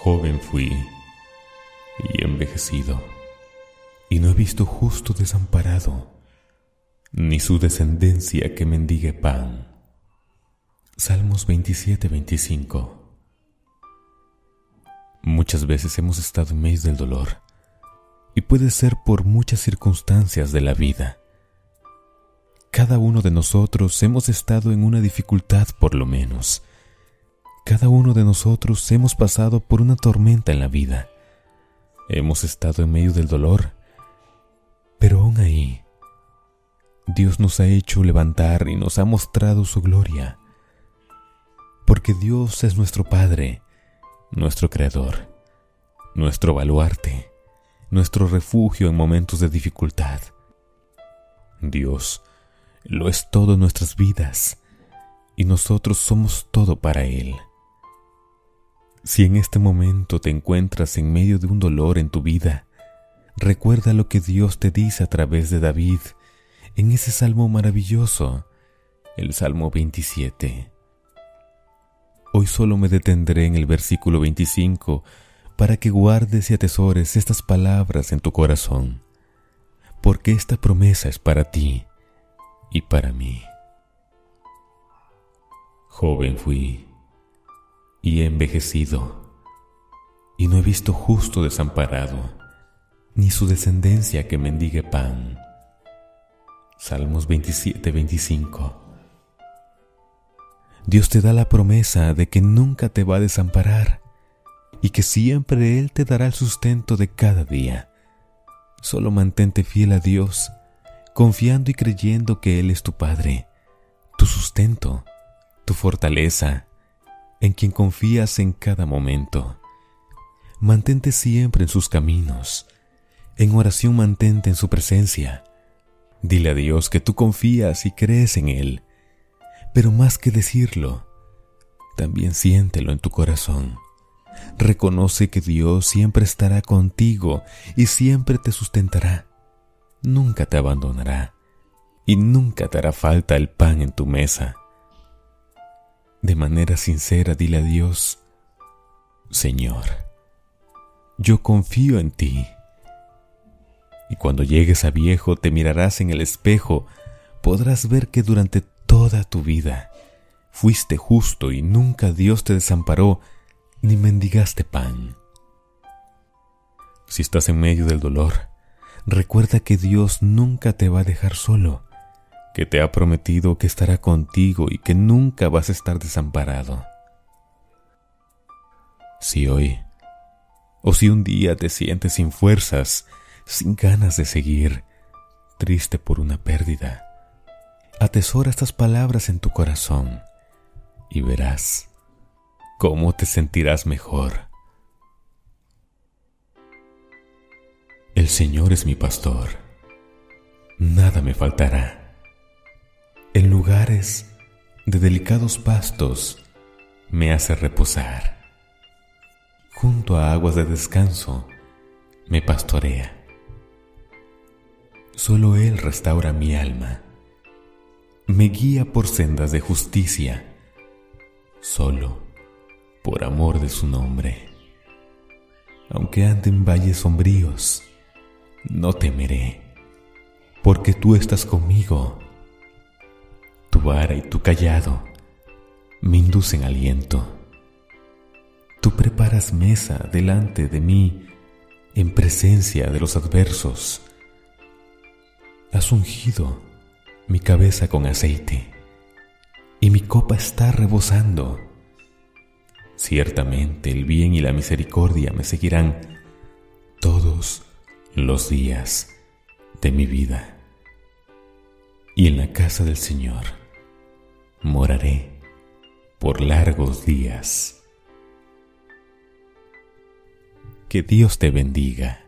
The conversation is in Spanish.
Joven fui y envejecido, y no he visto justo desamparado, ni su descendencia que mendigue pan. Salmos 27:25. Muchas veces hemos estado en medio del dolor, y puede ser por muchas circunstancias de la vida. Cada uno de nosotros hemos estado en una dificultad por lo menos. Cada uno de nosotros hemos pasado por una tormenta en la vida. Hemos estado en medio del dolor, pero aún ahí, Dios nos ha hecho levantar y nos ha mostrado su gloria. Porque Dios es nuestro Padre, nuestro Creador, nuestro baluarte, nuestro refugio en momentos de dificultad. Dios lo es todo en nuestras vidas y nosotros somos todo para Él. Si en este momento te encuentras en medio de un dolor en tu vida, recuerda lo que Dios te dice a través de David en ese salmo maravilloso, el Salmo 27. Hoy solo me detendré en el versículo 25 para que guardes y atesores estas palabras en tu corazón, porque esta promesa es para ti y para mí. Joven fui y he envejecido, y no he visto justo desamparado, ni su descendencia que mendigue pan. Salmos 27:25. Dios te da la promesa de que nunca te va a desamparar y que siempre Él te dará el sustento de cada día. Solo mantente fiel a Dios, confiando y creyendo que Él es tu Padre, tu sustento, tu fortaleza, en quien confías en cada momento. Mantente siempre en sus caminos. En oración mantente en su presencia. Dile a Dios que tú confías y crees en Él. Pero más que decirlo, también siéntelo en tu corazón. Reconoce que Dios siempre estará contigo y siempre te sustentará. Nunca te abandonará y nunca te hará falta el pan en tu mesa. De manera sincera dile a Dios: Señor, yo confío en ti. Y cuando llegues a viejo te mirarás en el espejo, podrás ver que durante toda tu vida fuiste justo y nunca Dios te desamparó ni mendigaste pan. Si estás en medio del dolor, recuerda que Dios nunca te va a dejar solo, que te ha prometido que estará contigo y que nunca vas a estar desamparado. Si hoy, o si un día te sientes sin fuerzas, sin ganas de seguir, triste por una pérdida, atesora estas palabras en tu corazón y verás cómo te sentirás mejor. El Señor es mi pastor, nada me faltará. En lugares de delicados pastos me hace reposar. Junto a aguas de descanso me pastorea. Solo Él restaura mi alma. Me guía por sendas de justicia, solo por amor de su nombre. Aunque ande en valles sombríos, no temeré, porque tú estás conmigo. Tu vara y tu cayado me inducen aliento. Tú preparas mesa delante de mí en presencia de los adversos. Has ungido mi cabeza con aceite, y mi copa está rebosando. Ciertamente el bien y la misericordia me seguirán todos los días de mi vida, y en la casa del Señor moraré por largos días. Que Dios te bendiga.